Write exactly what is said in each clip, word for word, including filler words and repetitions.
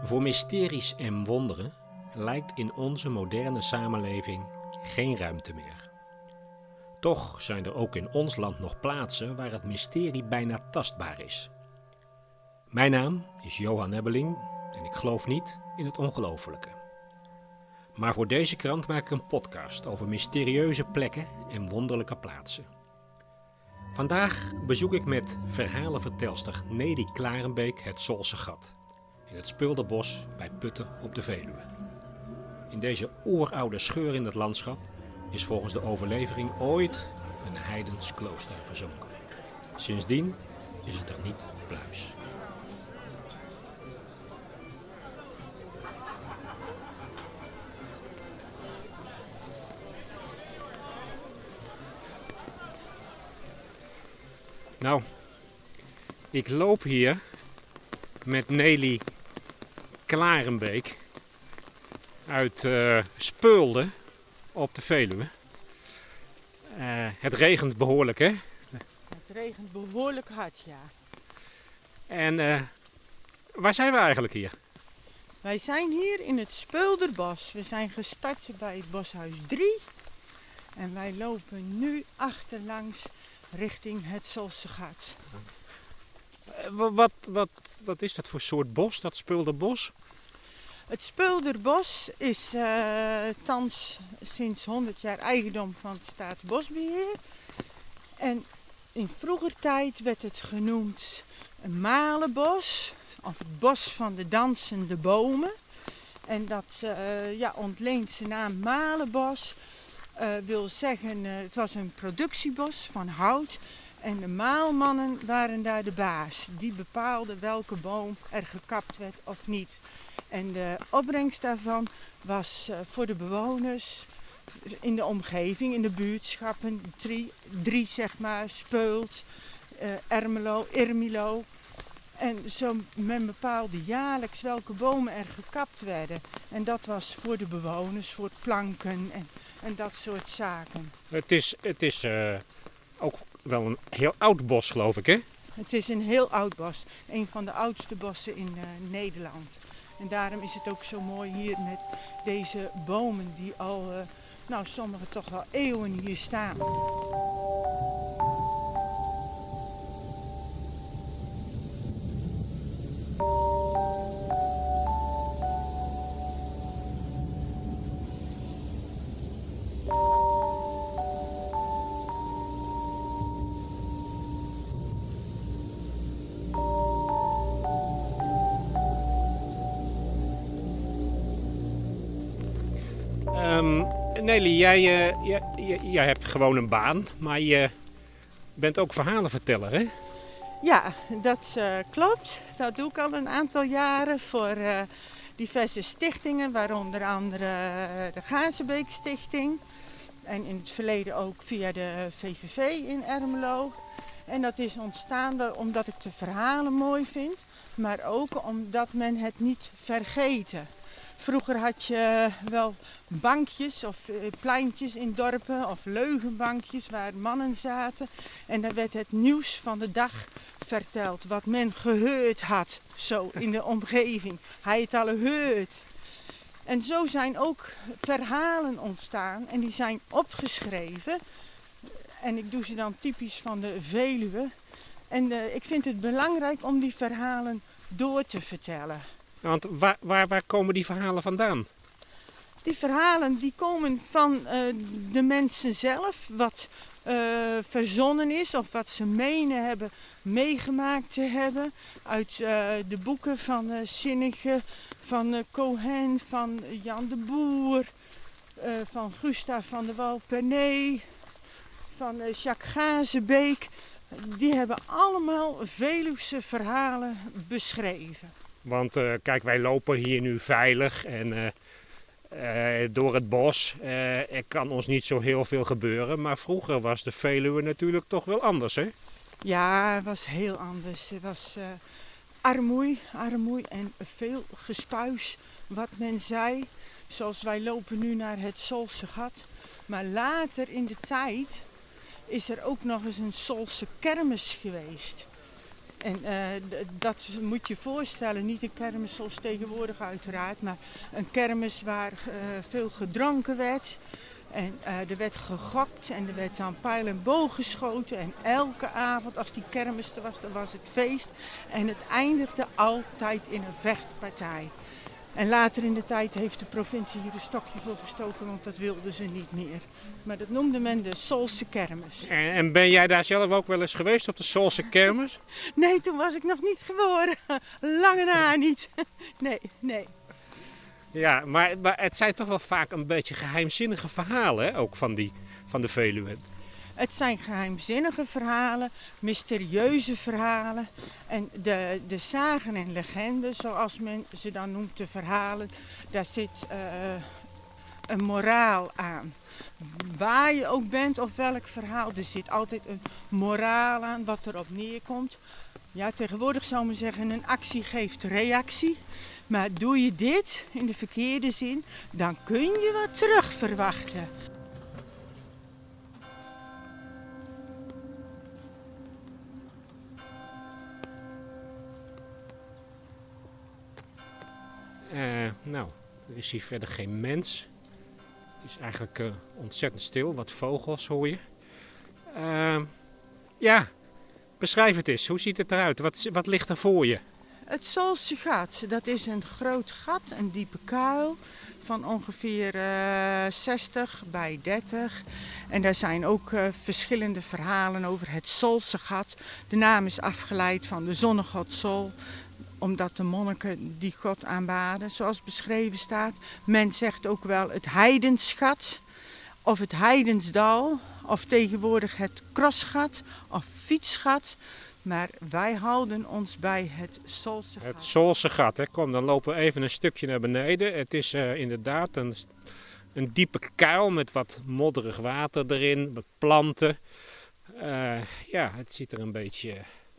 Voor mysteries en wonderen lijkt in onze moderne samenleving geen ruimte meer. Toch zijn er ook in ons land nog plaatsen waar het mysterie bijna tastbaar is. Mijn naam is Johan Ebbeling en ik geloof niet in het ongelofelijke. Maar voor deze krant maak ik een podcast over mysterieuze plekken en wonderlijke plaatsen. Vandaag bezoek ik met verhalenvertelster Nelly Klarenbeek het Solse Gat in het Speulderbos bij Putten op de Veluwe. In deze oeroude scheur in het landschap is volgens de overlevering ooit een heidens klooster verzonken. Sindsdien is het er niet pluis. Nou, ik loop hier met Nelly Klarenbeek uit uh, Speulde op de Veluwe. Uh, het regent behoorlijk, hè? Het regent behoorlijk hard, ja. En uh, waar zijn we eigenlijk hier? Wij zijn hier in het Speulderbos. We zijn gestart bij het Boshuis drie. En wij lopen nu achterlangs richting het Solse Gat. Uh, wat, wat, wat is dat voor soort bos, dat Speulderbos? Het Speulderbos is uh, thans sinds honderd jaar eigendom van het Staatsbosbeheer. En in vroeger tijd werd het genoemd een malenbos, of het bos van de dansende bomen. En dat uh, ja, ontleent zijn naam malenbos. Uh, wil zeggen, uh, het was een productiebos van hout. En de maalmannen waren daar de baas. Die bepaalden welke boom er gekapt werd of niet. En de opbrengst daarvan was uh, voor de bewoners in de omgeving, in de buurtschappen, drie, drie zeg maar, Speuld, uh, Ermelo, Irmelo. En zo men bepaalde jaarlijks welke bomen er gekapt werden. En dat was voor de bewoners, voor planken en, en dat soort zaken. Het is, het is uh, ook wel een heel oud bos, geloof ik, hè? Het is een heel oud bos. Een van de oudste bossen in uh, Nederland. En daarom is het ook zo mooi hier met deze bomen die al, uh, nou sommige toch wel eeuwen hier staan. Um, Nelly, jij, uh, jij, jij, jij hebt gewoon een baan, maar je bent ook verhalenverteller, hè? Ja, dat uh, klopt. Dat doe ik al een aantal jaren voor uh, diverse stichtingen, waaronder andere uh, de Gazenbeek Stichting. En in het verleden ook via de V V V in Ermelo. En dat is ontstaan omdat ik de verhalen mooi vind, maar ook omdat men het niet vergeten. Vroeger had je wel bankjes of pleintjes in dorpen of leugenbankjes waar mannen zaten. En daar werd het nieuws van de dag verteld, wat men gehoord had, zo in de omgeving. Hij het al gehoord. En zo zijn ook verhalen ontstaan en die zijn opgeschreven. En ik doe ze dan typisch van de Veluwe. En uh, ik vind het belangrijk om die verhalen door te vertellen. Want waar, waar, waar komen die verhalen vandaan? Die verhalen die komen van uh, de mensen zelf, wat uh, verzonnen is of wat ze menen hebben meegemaakt te hebben. Uit uh, de boeken van uh, Zinnige, van uh, Cohen, van Jan de Boer, uh, van Gustav van der Wal-Pernee, van uh, Jacques Gazenbeek. Die hebben allemaal Veluwse verhalen beschreven. Want uh, kijk, wij lopen hier nu veilig en uh, uh, door het bos. Uh, er kan ons niet zo heel veel gebeuren. Maar vroeger was de Veluwe natuurlijk toch wel anders, hè? Ja, het was heel anders. Het was uh, armoei, armoei en veel gespuis wat men zei. Zoals wij lopen nu naar het Solse Gat. Maar later in de tijd is er ook nog eens een Solse kermis geweest. En uh, dat moet je voorstellen, niet een kermis zoals tegenwoordig uiteraard, maar een kermis waar uh, veel gedronken werd. En uh, er werd gegokt en er werd aan pijl en boog geschoten. En elke avond als die kermis er was, dan was het feest. En het eindigde altijd in een vechtpartij. En later in de tijd heeft de provincie hier een stokje voor gestoken, want dat wilden ze niet meer. Maar dat noemde men de Solse kermis. En, en ben jij daar zelf ook wel eens geweest op de Solse kermis? Nee, toen was ik nog niet geboren. Lange na niet. Nee, nee. Ja, maar, maar het zijn toch wel vaak een beetje geheimzinnige verhalen, hè? Ook van, die, van de Veluwe. Het zijn geheimzinnige verhalen, mysterieuze verhalen. En de, de sagen en legenden, zoals men ze dan noemt, de verhalen, daar zit uh, een moraal aan. Waar je ook bent of welk verhaal, er zit altijd een moraal aan wat erop neerkomt. Ja, tegenwoordig zou men zeggen, een actie geeft reactie. Maar doe je dit in de verkeerde zin, dan kun je wat terug verwachten. Uh, nou, er is hier verder geen mens. Het is eigenlijk uh, ontzettend stil. Wat vogels hoor je. Uh, ja, beschrijf het eens. Hoe ziet het eruit? Wat, wat ligt er voor je? Het Solse gat, dat is een groot gat, een diepe kuil van ongeveer uh, zestig bij dertig. En daar zijn ook uh, verschillende verhalen over het Solse gat. De naam is afgeleid van de zonnegod Sol, omdat de monniken die god aanbaden, zoals beschreven staat. Men zegt ook wel het heidensgat of het heidensdal of tegenwoordig het crossgat of fietsgat. Maar wij houden ons bij het Solse gat. Het Solse gat, hè? Kom, dan lopen we even een stukje naar beneden. Het is uh, inderdaad een, een diepe kuil met wat modderig water erin, wat planten. Uh, ja, het ziet er een beetje...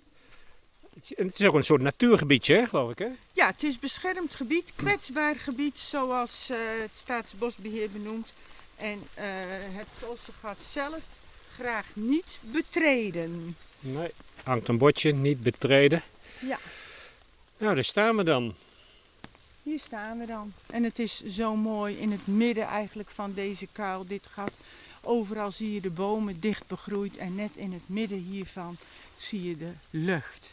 Het is ook een soort natuurgebiedje, hè, geloof ik, hè? Ja, het is beschermd gebied, kwetsbaar gebied, zoals uh, het Staatsbosbeheer benoemt. En uh, het Solse gat zelf graag niet betreden. Nee, hangt een bordje, niet betreden. Ja. Nou, daar staan we dan. Hier staan we dan. En het is zo mooi in het midden eigenlijk van deze kuil, dit gat. Overal zie je de bomen dicht begroeid en net in het midden hiervan zie je de lucht.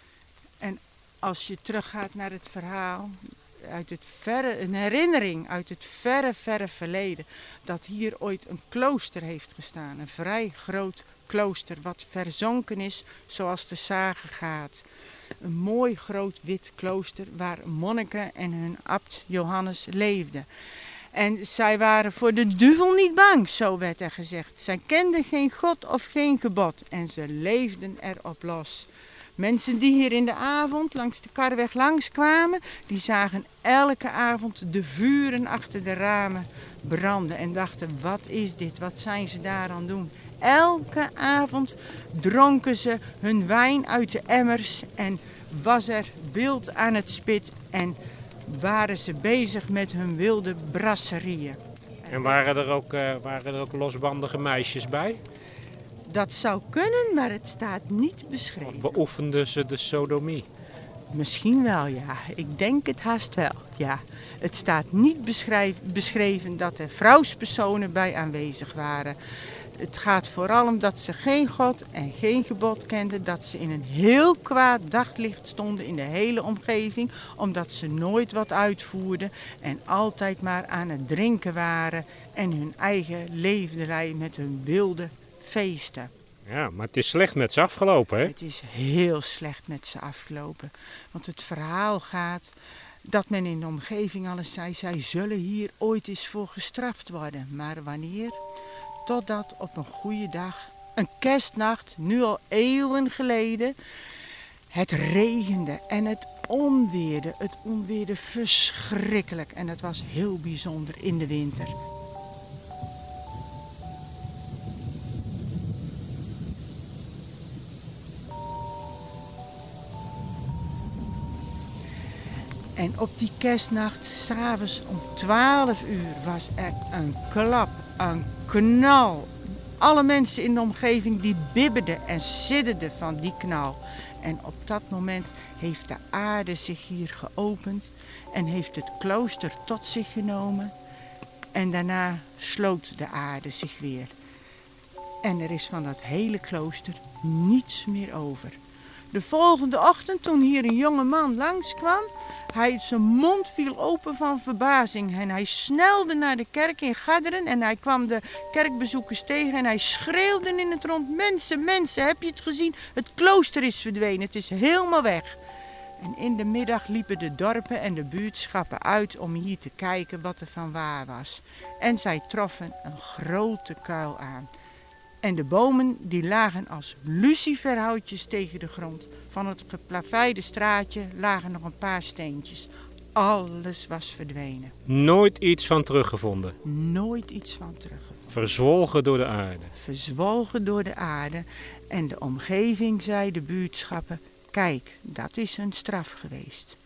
En als je teruggaat naar het verhaal, uit het verre, een herinnering uit het verre, verre verleden, dat hier ooit een klooster heeft gestaan. Een vrij groot klooster wat verzonken is zoals de sage gaat. Een mooi groot wit klooster waar monniken en hun abt Johannes leefden. En zij waren voor de duivel niet bang, zo werd er gezegd. Zij kenden geen god of geen gebod en ze leefden erop los. Mensen die hier in de avond langs de Karweg langskwamen, die zagen elke avond de vuren achter de ramen branden en dachten, wat is dit, wat zijn ze daar aan doen? Elke avond dronken ze hun wijn uit de emmers en was er wild aan het spit en waren ze bezig met hun wilde brasserieën. En waren er ook, uh, waren er ook losbandige meisjes bij? Dat zou kunnen, maar het staat niet beschreven. Of beoefenden ze de sodomie? Misschien wel, ja. Ik denk het haast wel, ja. Het staat niet beschreven dat er vrouwspersonen bij aanwezig waren. Het gaat vooral om dat ze geen god en geen gebod kenden. Dat ze in een heel kwaad daglicht stonden in de hele omgeving. Omdat ze nooit wat uitvoerden en altijd maar aan het drinken waren. En hun eigen leefderij met hun wilde feesten. Ja, maar het is slecht met ze afgelopen, hè? Het is heel slecht met ze afgelopen. Want het verhaal gaat dat men in de omgeving alles zei, zij zullen hier ooit eens voor gestraft worden. Maar wanneer? Totdat op een goede dag, een kerstnacht, nu al eeuwen geleden, het regende en het onweerde. Het onweerde verschrikkelijk en het was heel bijzonder in de winter. En op die kerstnacht, 's avonds om twaalf uur, was er een klap, een knal. alle mensen in de omgeving die bibberden en sidderden van die knal. En op dat moment heeft de aarde zich hier geopend en heeft het klooster tot zich genomen. En daarna sloot de aarde zich weer. En er is van dat hele klooster niets meer over. De volgende ochtend, toen hier een jonge man langskwam, hij, zijn mond viel open van verbazing. En hij snelde naar de kerk in Garderen en hij kwam de kerkbezoekers tegen en hij schreeuwde in het rond: mensen, mensen, heb je het gezien? Het klooster is verdwenen, het is helemaal weg. En in de middag liepen de dorpen en de buurtschappen uit om hier te kijken wat er van waar was. En zij troffen een grote kuil aan. En de bomen die lagen als luciferhoutjes tegen de grond. Van het geplaveide straatje lagen nog een paar steentjes. Alles was verdwenen. Nooit iets van teruggevonden. Nooit iets van teruggevonden. Verzwolgen door de aarde. Verzwolgen door de aarde. En de omgeving zei de buurtschappen: kijk, dat is een straf geweest.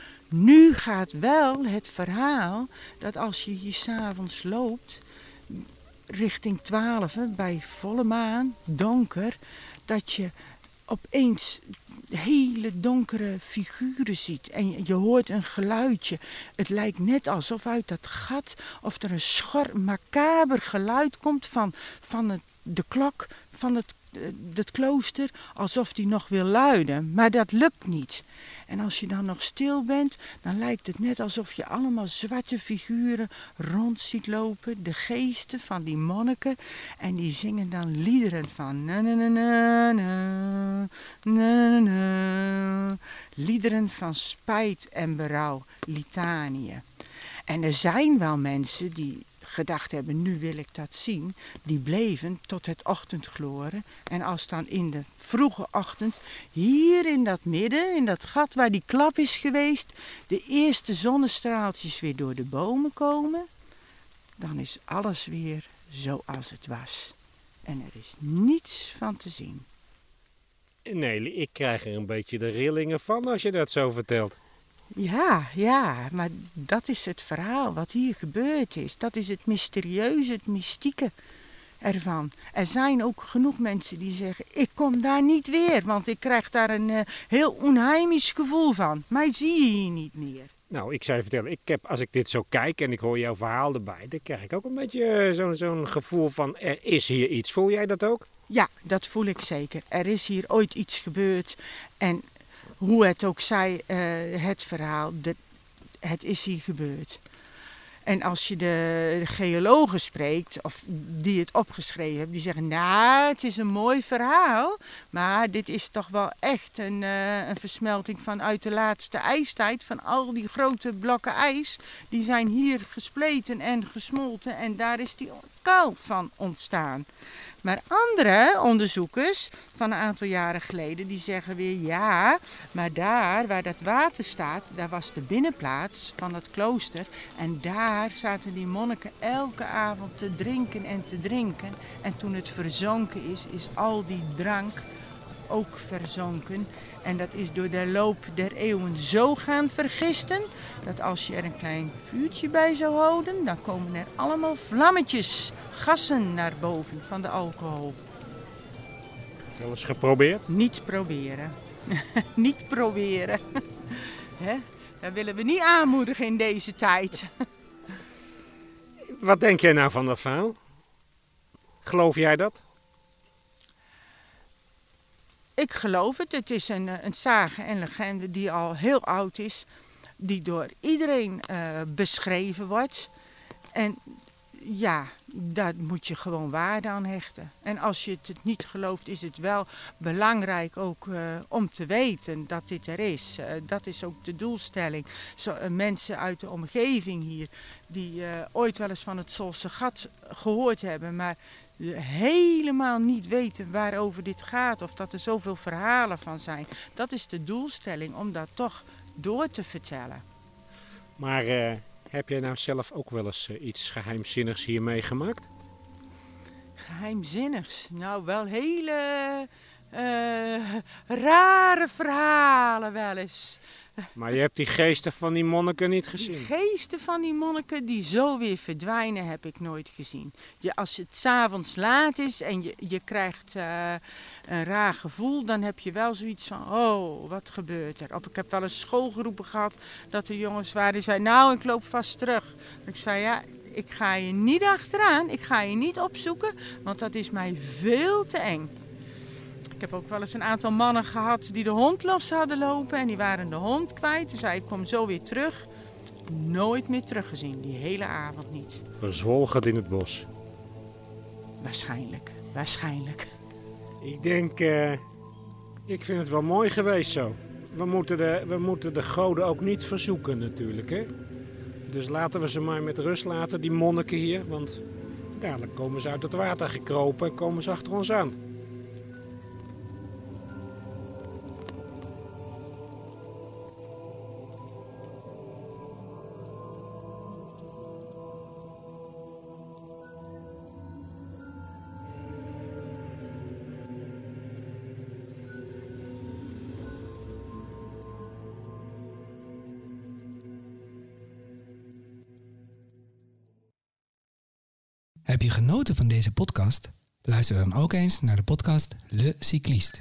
Nu gaat wel het verhaal dat als je hier 's avonds loopt, richting twaalf, bij volle maan, donker, dat je opeens hele donkere figuren ziet. En je hoort een geluidje. Het lijkt net alsof uit dat gat of er een schor, macaber geluid komt van, van het, de klok van het, het klooster, alsof die nog wil luiden. Maar dat lukt niet. En als je dan nog stil bent, dan lijkt het net alsof je allemaal zwarte figuren rond ziet lopen. De geesten van die monniken. En die zingen dan liederen van na na na na na na na. Liederen van spijt en berouw, litaniën. En er zijn wel mensen die gedacht hebben, nu wil ik dat zien, die bleven tot het ochtendgloren. En als dan in de vroege ochtend, hier in dat midden, in dat gat waar die klap is geweest, de eerste zonnestraaltjes weer door de bomen komen, dan is alles weer zoals het was. En er is niets van te zien. Nee, ik krijg er een beetje de rillingen van als je dat zo vertelt. Ja, ja, maar dat is het verhaal wat hier gebeurd is. Dat is het mysterieuze, het mystieke ervan. Er zijn ook genoeg mensen die zeggen, ik kom daar niet weer, want ik krijg daar een uh, heel onheimisch gevoel van. Mij zie je hier niet meer. Nou, ik zou je vertellen, ik heb, als ik dit zo kijk en ik hoor jouw verhaal erbij, dan krijg ik ook een beetje uh, zo'n zo'n gevoel van, er is hier iets. Voel jij dat ook? Ja, dat voel ik zeker. Er is hier ooit iets gebeurd en hoe het ook zij, uh, het verhaal, de, het is hier gebeurd. En als je de, de geologen spreekt, of die het opgeschreven hebben, die zeggen, nou, het is een mooi verhaal, maar dit is toch wel echt een, uh, een versmelting van uit de laatste ijstijd, van al die grote blokken ijs, die zijn hier gespleten en gesmolten en daar is die kuil van ontstaan. Maar andere onderzoekers van een aantal jaren geleden, die zeggen weer ja, maar daar waar dat water staat, daar was de binnenplaats van het klooster. En daar zaten die monniken elke avond te drinken en te drinken. En toen het verzonken is, is al die drank ook verzonken. En dat is door de loop der eeuwen zo gaan vergisten, dat als je er een klein vuurtje bij zou houden, dan komen er allemaal vlammetjes, gassen naar boven van de alcohol. Wel eens geprobeerd? Niet proberen. Niet proberen. Hè? Dat willen we niet aanmoedigen in deze tijd. Wat denk jij nou van dat verhaal? Geloof jij dat? Ik geloof het. Het is een, een sage en legende die al heel oud is. Die door iedereen uh, beschreven wordt. En ja, daar moet je gewoon waarde aan hechten. En als je het niet gelooft, is het wel belangrijk ook uh, om te weten dat dit er is. Uh, dat is ook de doelstelling. Zo, uh, mensen uit de omgeving hier, die uh, ooit wel eens van het Solse Gat gehoord hebben, maar helemaal niet weten waarover dit gaat of dat er zoveel verhalen van zijn. Dat is de doelstelling, om dat toch door te vertellen. Maar uh, heb jij nou zelf ook wel eens uh, iets geheimzinnigs hier meegemaakt? Geheimzinnigs? Nou, wel hele uh, rare verhalen wel eens. Maar je hebt die geesten van die monniken niet gezien? Die geesten van die monniken die zo weer verdwijnen heb ik nooit gezien. Je, als het 's avonds laat is en je, je krijgt uh, een raar gevoel, dan heb je wel zoiets van, oh, wat gebeurt er? Of ik heb wel eens schoolgroepen gehad dat er jongens waren die zeiden, nou, ik loop vast terug. Ik zei, ja, ik ga je niet achteraan, ik ga je niet opzoeken, want dat is mij veel te eng. Ik heb ook wel eens een aantal mannen gehad die de hond los hadden lopen en die waren de hond kwijt. Toen zei ik, kom zo weer terug. Nooit meer teruggezien, die hele avond niet. Verzwolgen in het bos. Waarschijnlijk, waarschijnlijk. Ik denk, uh, ik vind het wel mooi geweest zo. We moeten, de, we moeten de goden ook niet verzoeken natuurlijk, hè. Dus laten we ze maar met rust laten, die monniken hier. Want dadelijk komen ze uit het water gekropen en komen ze achter ons aan. Heb je genoten van deze podcast? Luister dan ook eens naar de podcast Le Cycliste.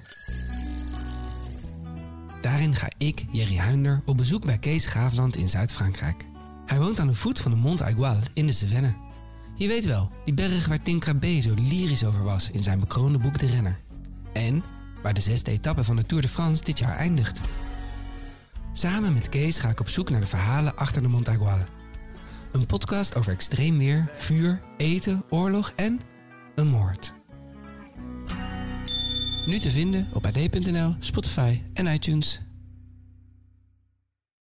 Daarin ga ik, Jerry Huinder, op bezoek bij Kees Graafland in Zuid-Frankrijk. Hij woont aan de voet van de Mont Aiguille in de Cevennes. Je weet wel, die berg waar Tim Crabbe zo lyrisch over was in zijn bekroonde boek De Renner. En waar de zesde etappe van de Tour de France dit jaar eindigt. Samen met Kees ga ik op zoek naar de verhalen achter de Mont Aiguille. Een podcast over extreem weer, vuur, eten, oorlog en een moord. Nu te vinden op a d punt n l, Spotify en iTunes.